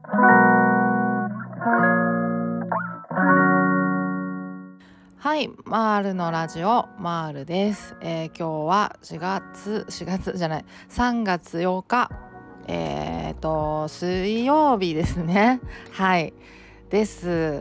はい、マールのラジオマールです。今日は3月8日、水曜日ですね。はい。です。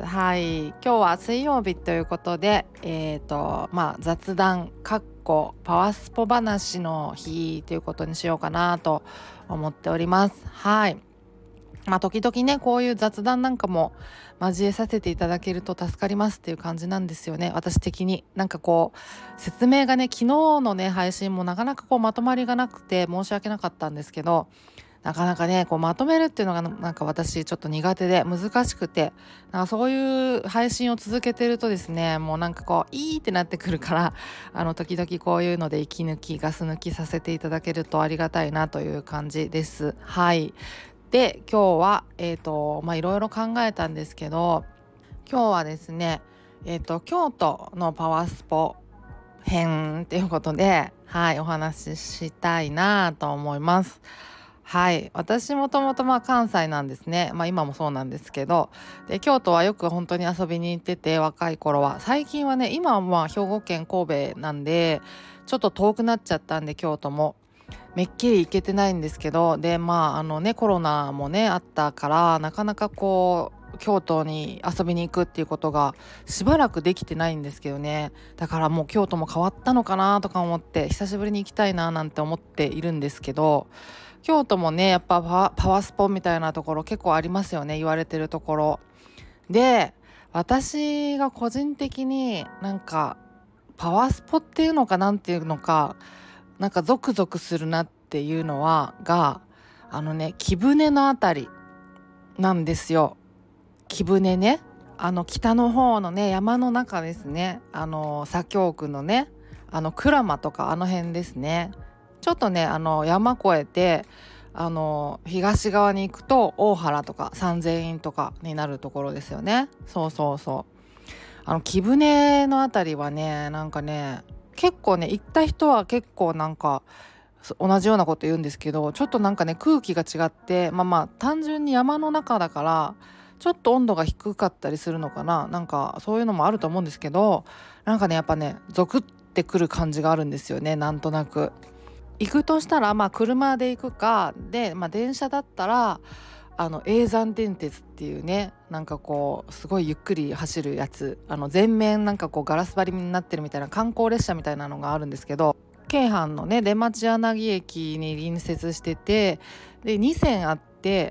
はい。今日は水曜日ということで、雑談パワスポ話の日ということにしようかなと思っております。はい。時々ね、こういう雑談なんかも交えさせていただけると助かりますっていう感じなんですよね、私的に。説明がね、昨日のね配信もなかなかまとまりがなくて申し訳なかったんですけど、なかなかねまとめるっていうのが私ちょっと苦手で難しくて、そういう配信を続けてるとですね、もういいってなってくるから、時々こういうのでガス抜きさせていただけるとありがたいなという感じです。はい。で、今日はいろいろ考えたんですけど、今日はですね、京都のパワスポ編っていうことで、はい、お話ししたいなと思います。はい、私もともと関西なんですね。今もそうなんですけど、で京都はよく本当に遊びに行ってて、若い頃は。最近はね、今は兵庫県神戸なんでちょっと遠くなっちゃったんで、京都もめっきり行けてないんですけど、でコロナもねあったから、なかなか京都に遊びに行くっていうことがしばらくできてないんですけどね。だからもう京都も変わったのかなとか思って、久しぶりに行きたいななんて思っているんですけど、京都もねやっぱパワスポみたいなところ結構ありますよね、言われてるところで。私が個人的にパワスポっていうのかなんていうのか、ゾクゾクするなっていうの貴船のあたりなんですよ。貴船ね、北の方のね山の中ですね。左京区のね、鞍馬とかあの辺ですね。ちょっとね山越えて東側に行くと大原とか三千院とかになるところですよね。そうそうそう。貴船のあたりはね、結構ね、行った人は結構同じようなこと言うんですけど、ちょっと空気が違って、単純に山の中だからちょっと温度が低かったりするのかな、そういうのもあると思うんですけど、やっぱねゾクってくる感じがあるんですよね。なんとなく行くとしたら車で行くかで、電車だったら叡山電鉄っていうね、すごいゆっくり走るやつ、全面ガラス張りになってるみたいな観光列車みたいなのがあるんですけど、京阪のね出町柳駅に隣接してて、で2線あって、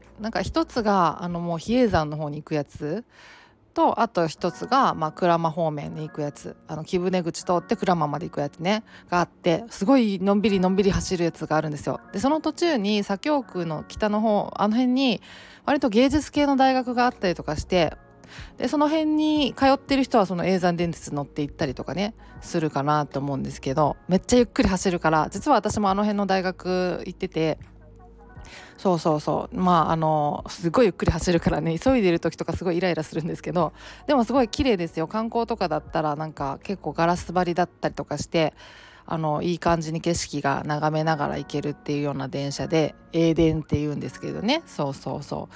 一つがもう比叡山の方に行くやつと、あと一つが鞍馬方面に行くやつ、貴船口通って鞍馬まで行くやつねがあって、すごいのんびりのんびり走るやつがあるんですよ。でその途中に左京区の北の方、あの辺に割と芸術系の大学があったりとかして、でその辺に通ってる人はその叡山電鉄乗って行ったりとかねするかなと思うんですけど、めっちゃゆっくり走るから、実は私もあの辺の大学行ってて、そうそうそう、すごいゆっくり走るからね、急いでる時とかすごいイライラするんですけど、でもすごい綺麗ですよ。観光とかだったら結構ガラス張りだったりとかして、いい感じに景色が眺めながら行けるっていうような電車で、栄電っていうんですけどね。そうそうそう、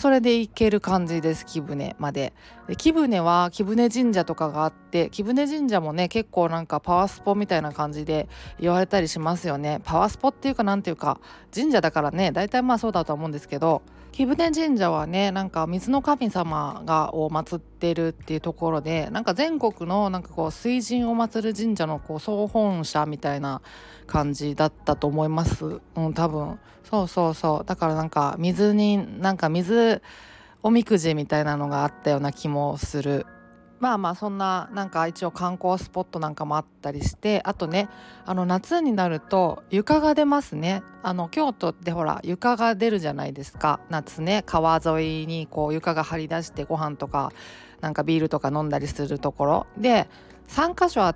それで行ける感じです、貴船まで。で貴船は貴船神社とかがあって、貴船神社もね結構パワースポみたいな感じで言われたりしますよね。パワースポっていうかなんていうか、神社だからね大体そうだと思うんですけど、貴船神社はね水の神様を祀ってるっていうところで、全国の水神を祀る神社の総本社みたいな感じだったと思います。多分そうそうそう。だから水おみくじみたいなのがあったような気もする。そんな一応観光スポットもあったりして、あとね夏になると床が出ますね。京都ってほら床が出るじゃないですか、夏ね。川沿いに床が張り出して、ご飯とかビールとか飲んだりするところで3カ所あって、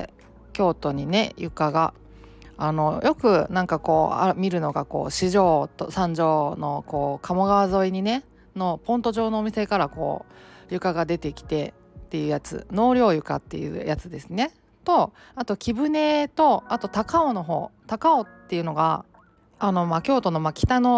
京都にね床がよく見るのが四条と三条の鴨川沿いにねのポント状のお店から床が出てきてっていうやつ、納涼床っていうやつですね。とあと貴船と、あと高尾の方、高尾っていうのが京都の北の、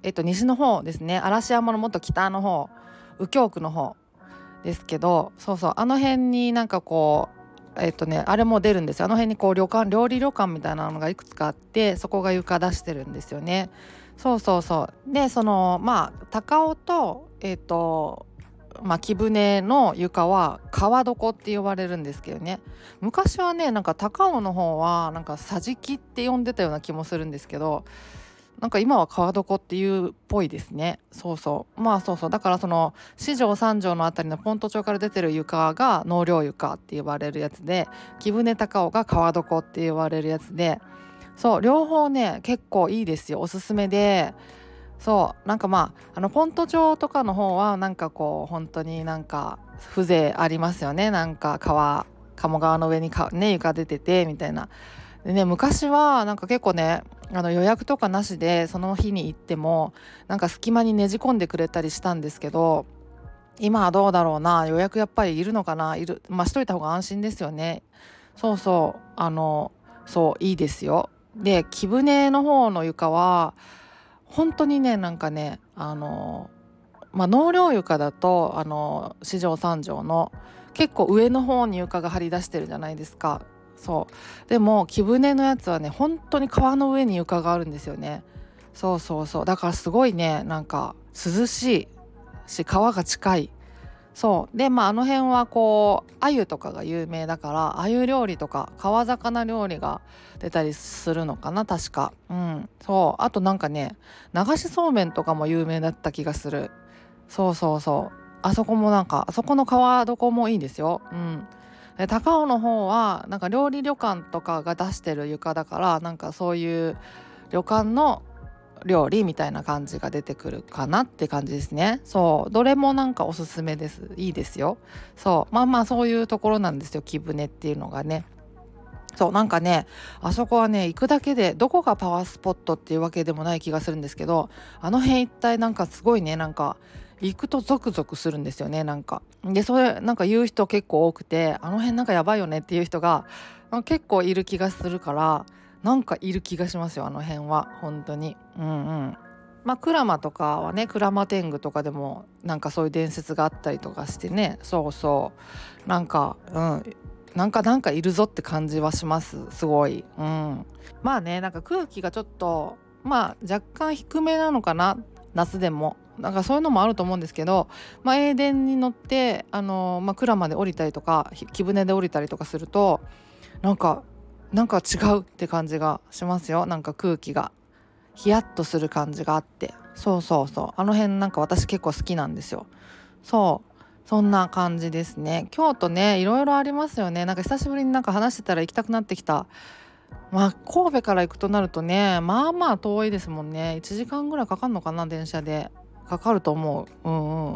西の方ですね。嵐山のもっと北の方、右京区の方ですけど、そうそう、あの辺になんかこうあれも出るんですよ。あの辺にこう料理旅館みたいなのがいくつかあって、そこが床出してるんですよね。そうそうそう。でその高尾と貴船の床は川床って呼ばれるんですけどね。昔はねなんか高尾の方はなんか桟敷って呼んでたような気もするんですけど、なんか今は川床っていうっぽいですね。そうそうそうそう、だからその四条三条のあたりのポント町から出てる床が納涼床って呼ばれるやつで、貴船高尾が川床って呼ばれるやつで、そう両方ね結構いいですよ、おすすめで。そうなんかポント町とかの方はなんかこう本当になんか風情ありますよね。なんか鴨川の上に床出ててみたいな。でね、昔はなんか結構ね予約とかなしでその日に行ってもなんか隙間にねじ込んでくれたりしたんですけど、今はどうだろうな、予約やっぱりいるのかな、しといた方が安心ですよね。そうそうそういいですよ。で貴船の方の床は本当にねなんかね納涼床だと四条三条の結構上の方に床が張り出してるじゃないですか。そうでも貴船のやつはね本当に川の上に床があるんですよね。そうそうそう、だからすごいねなんか涼しいし川が近い。そうであの辺はこう鮎とかが有名だから鮎料理とか川魚料理が出たりするのかな確か。そうあとなんかね流しそうめんとかも有名だった気がする。そうそうそう、あそこもなんかあそこの川床もいいですよ。で高尾の方はなんか料理旅館とかが出してる床だから、なんかそういう旅館の料理みたいな感じが出てくるかなって感じですね。そうどれもなんかおすすめです。いいですよ。そうそういうところなんですよ、貴船っていうのがね。そうなんかねあそこはね行くだけでどこがパワースポットっていうわけでもない気がするんですけど、あの辺一帯なんかすごいねなんか行くとゾクゾクするんですよね。なんかでそれなんか言う人結構多くて、あの辺なんかやばいよねっていう人が結構いる気がするから、なんかいる気がしますよあの辺は本当に。鞍馬とかはね鞍馬天狗とかでもなんかそういう伝説があったりとかしてね。そうそうなんかなんかいるぞって感じはします。すごい。なんか空気がちょっと若干低めなのかな、夏でもなんかそういうのもあると思うんですけど、英電に乗って鞍馬で降りたりとか貴船で降りたりとかするとなんか違うって感じがしますよ。なんか空気がヒヤッとする感じがあって、そうそうそう、あの辺なんか私結構好きなんですよ。そんな感じですね。京都ねいろいろありますよね。なんか久しぶりになんか話してたら行きたくなってきた。神戸から行くとなるとね遠いですもんね。1時間ぐらいかかるのかな、電車で。かかると思う。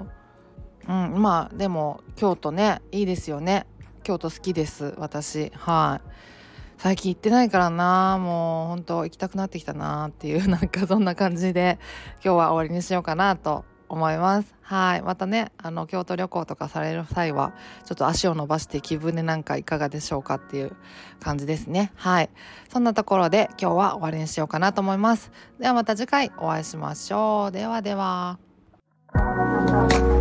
でも京都ねいいですよね。京都好きです私。最近行ってないからな、もう本当行きたくなってきたなっていうなんかそんな感じで今日は終わりにしようかなと思います。またね京都旅行とかされる際はちょっと足を伸ばして貴船なんかいかがでしょうかっていう感じですね。そんなところで今日は終わりにしようかなと思います。ではまた次回お会いしましょう。ではでは。